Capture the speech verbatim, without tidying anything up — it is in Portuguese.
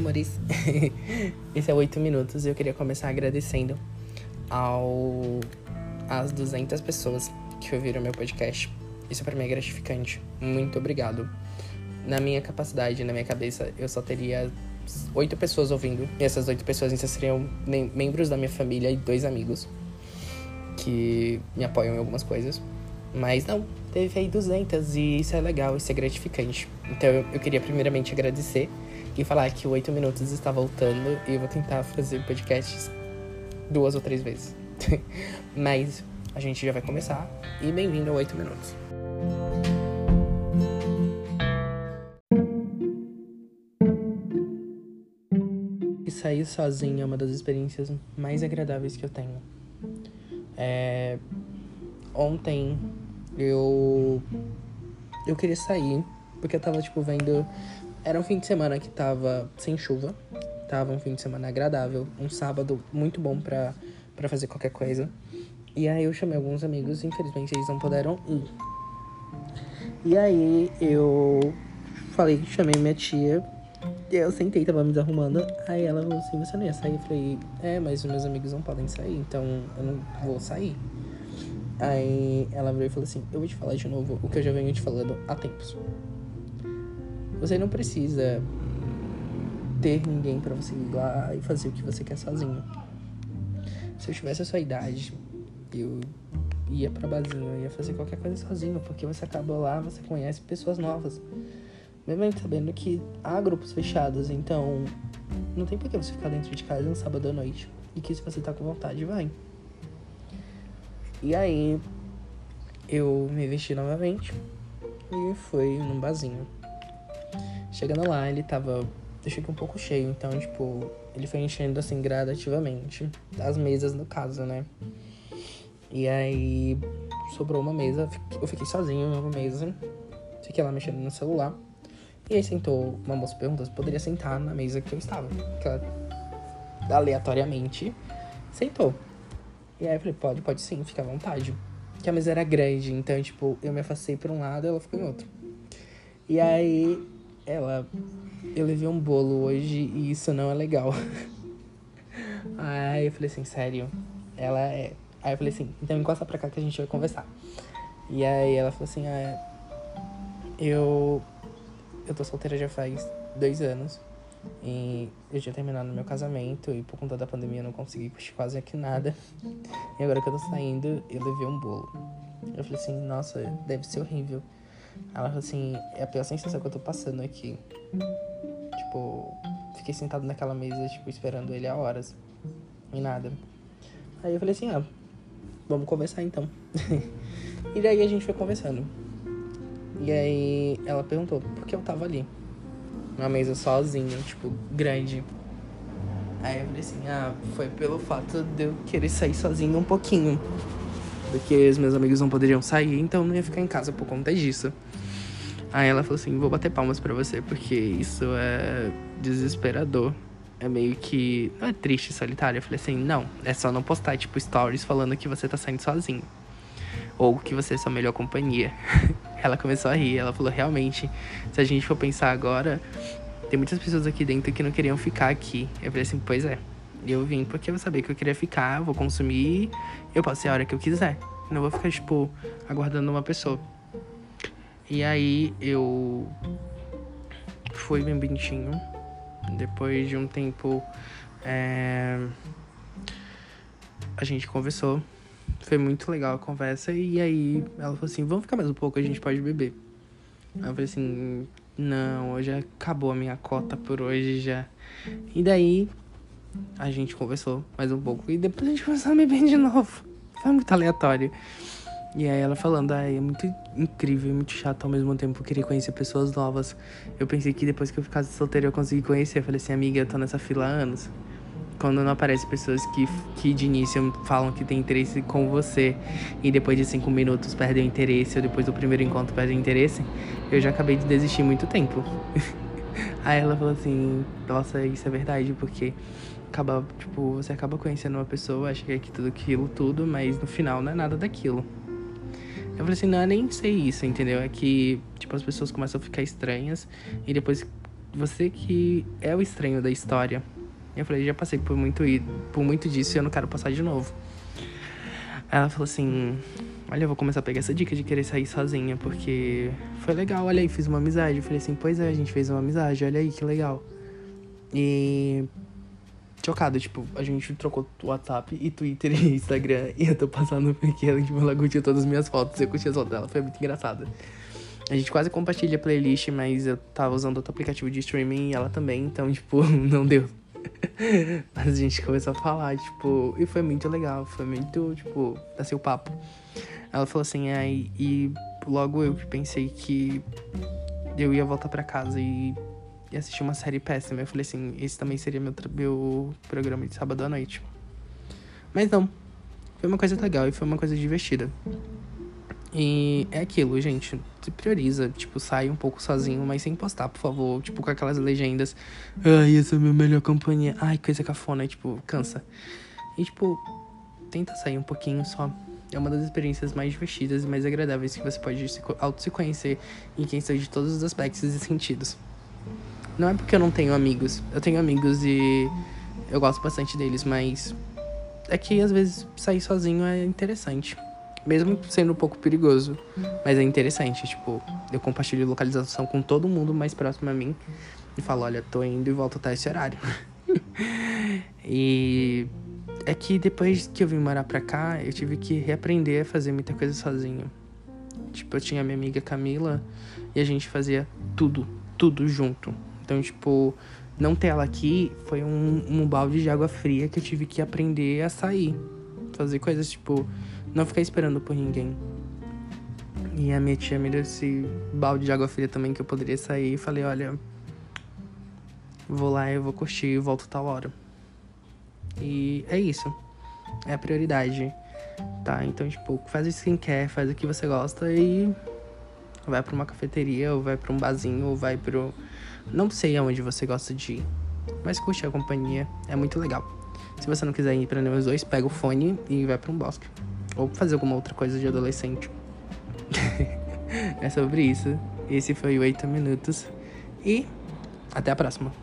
amores. Esse é oito minutos e eu queria começar agradecendo ao às duzentas pessoas que ouviram meu podcast. Isso pra mim é gratificante. Muito obrigado. Na minha capacidade, na minha cabeça, eu só teria oito pessoas ouvindo. E essas oito pessoas seriam mem- membros da minha família e dois amigos que me apoiam em algumas coisas. Mas não, teve aí duzentas e isso é legal, isso é gratificante. Então eu, eu queria primeiramente agradecer e falar que o oito minutos está voltando e eu vou tentar fazer podcasts duas ou três vezes. Mas a gente já vai começar e bem-vindo ao oito minutos. E sair sozinho é uma das experiências mais agradáveis que eu tenho. É... Ontem eu eu queria sair porque eu tava, tipo, vendo... Era um fim de semana que tava sem chuva. Tava um fim de semana agradável. Um sábado muito bom pra, pra fazer qualquer coisa. E aí eu chamei alguns amigos. Infelizmente eles não puderam ir. E aí eu falei, chamei minha tia. E eu sentei, tava me desarrumando. Aí ela falou assim, você não ia sair? Eu falei, é, mas os meus amigos não podem sair. Então eu não vou sair. Aí ela veio e falou assim, eu vou te falar de novo o que eu já venho te falando há tempos. Você não precisa ter ninguém pra você ir lá e fazer o que você quer sozinho. Se eu tivesse a sua idade, eu ia pra barzinho, eu ia fazer qualquer coisa sozinho, porque você acaba lá, você conhece pessoas novas. Mesmo sabendo que há grupos fechados, então não tem por que você ficar dentro de casa no sábado à noite. E que se você tá com vontade, vai. E aí, eu me vesti novamente e fui num barzinho. Chegando lá, ele tava... Eu cheguei um pouco cheio, então, tipo... Ele foi enchendo, assim, gradativamente. As mesas, no caso, né? E aí... Sobrou uma mesa. Eu fiquei sozinho numa mesa. Fiquei lá mexendo no celular. E aí sentou... Uma moça perguntou se poderia sentar na mesa que eu estava. Que ela... Aleatoriamente... Sentou. E aí eu falei, pode, pode sim, fica à vontade. Porque a mesa era grande, então, tipo, eu me afastei por um lado e ela ficou em outro. E aí, ela... Eu levei um bolo hoje e isso não é legal. Aí eu falei assim, sério? Ela é... Aí eu falei assim, então encosta pra cá que a gente vai conversar. E aí ela falou assim, ah, eu... Eu tô solteira já faz dois anos. E eu tinha terminado meu casamento e por conta da pandemia eu não consegui curtir quase aqui nada. E agora que eu tô saindo, eu levei um bolo. Eu falei assim, nossa, deve ser horrível. Ela falou assim, é a pior sensação que eu tô passando aqui. Tipo, fiquei sentado naquela mesa, tipo, esperando ele há horas. E nada. Aí eu falei assim, ah, vamos conversar então. E daí a gente foi conversando. E aí ela perguntou por que eu tava ali. Uma mesa sozinha, tipo, grande. Aí eu falei assim, ah, foi pelo fato de eu querer sair sozinho um pouquinho. Porque os meus amigos não poderiam sair, então eu não ia ficar em casa por conta disso. Aí ela falou assim, vou bater palmas pra você, porque isso é desesperador. É meio que... Não é triste e solitário? Eu falei assim, não, é só não postar, tipo, stories falando que você tá saindo sozinho. Ou que você é sua melhor companhia. Ela começou a rir, ela falou, realmente, se a gente for pensar agora, tem muitas pessoas aqui dentro que não queriam ficar aqui. Eu falei assim, pois é, eu vim porque eu sabia que eu queria ficar, eu vou consumir, eu posso ir a hora que eu quiser. Não vou ficar, tipo, aguardando uma pessoa. E aí, eu fui bem bonitinho. Depois de um tempo, é... a gente conversou. Foi muito legal a conversa. E aí, ela falou assim, vamos ficar mais um pouco, a gente pode beber. Aí eu falei assim, não, hoje acabou a minha cota por hoje já. E daí, a gente conversou mais um pouco. E depois a gente começou a beber de novo. Foi muito aleatório. E aí ela falando, ah, é muito incrível e muito chato ao mesmo tempo, eu queria conhecer pessoas novas. Eu pensei que depois que eu ficasse solteira eu conseguia conhecer. Eu falei assim, amiga, eu tô nessa fila há anos. Quando não aparecem pessoas que, que de início falam que tem interesse com você e depois de cinco minutos perdem o interesse, ou depois do primeiro encontro perdem o interesse, eu já acabei de desistir muito tempo. Aí ela falou assim, nossa, isso é verdade, porque acaba, tipo, você acaba conhecendo uma pessoa, acha que é tudo aquilo, tudo, mas no final não é nada daquilo. Eu falei assim, não, eu nem sei isso, entendeu? É que, tipo, as pessoas começam a ficar estranhas e depois você que é o estranho da história. E eu falei, já passei por muito, por muito disso e eu não quero passar de novo. Aí ela falou assim, olha, eu vou começar a pegar essa dica de querer sair sozinha, porque foi legal, olha aí, fiz uma amizade. Eu falei assim, pois é, a gente fez uma amizade, olha aí, que legal. E... chocado, tipo, a gente trocou WhatsApp e Twitter e Instagram. E eu tô passando porque ela, tipo, ela curtiu todas as minhas fotos. Eu curti as fotos dela, foi muito engraçado. A gente quase compartilha a playlist, mas eu tava usando outro aplicativo de streaming e ela também, então, tipo, não deu. Mas a gente começou a falar, tipo, e foi muito legal, foi muito, tipo, nasceu o papo. Ela falou assim, aí, e logo eu que pensei que eu ia voltar pra casa e, e assistir uma série péssima. Eu falei assim, esse também seria meu, meu programa de sábado à noite. Mas não, foi uma coisa legal e foi uma coisa divertida. E é aquilo, gente, se prioriza, tipo, sai um pouco sozinho, mas sem postar, por favor, tipo, com aquelas legendas, ai, essa é a minha melhor companhia, ai, coisa cafona, tipo, cansa. E, tipo, tenta sair um pouquinho só, é uma das experiências mais divertidas e mais agradáveis que você pode se, auto se conhecer em questão de todos os aspectos e sentidos. Não é porque eu não tenho amigos, eu tenho amigos e eu gosto bastante deles, mas é que às vezes sair sozinho é interessante. Mesmo sendo um pouco perigoso, mas é interessante, tipo, eu compartilho localização com todo mundo mais próximo a mim e falo, olha, tô indo e volto até esse horário. E é que depois que eu vim morar pra cá, eu tive que reaprender a fazer muita coisa sozinho. Tipo, eu tinha minha amiga Camila e a gente fazia tudo, tudo junto. Então, tipo, não ter ela aqui foi um, um balde de água fria que eu tive que aprender a sair. Fazer coisas, tipo, não ficar esperando por ninguém. E a minha tia me deu esse balde de água fria também que eu poderia sair. E falei, olha, vou lá, eu vou curtir e volto tal hora. E é isso. É a prioridade, tá? Então, tipo, faz o que quer, faz o que você gosta e vai pra uma cafeteria, ou vai pra um barzinho, ou vai pro... não sei aonde você gosta de ir, mas curte a companhia, é muito legal. Se você não quiser ir pra nenhum dos dois, pega o fone e vai pra um bosque. Ou fazer alguma outra coisa de adolescente. É sobre isso. Esse foi o oito minutos. E até a próxima.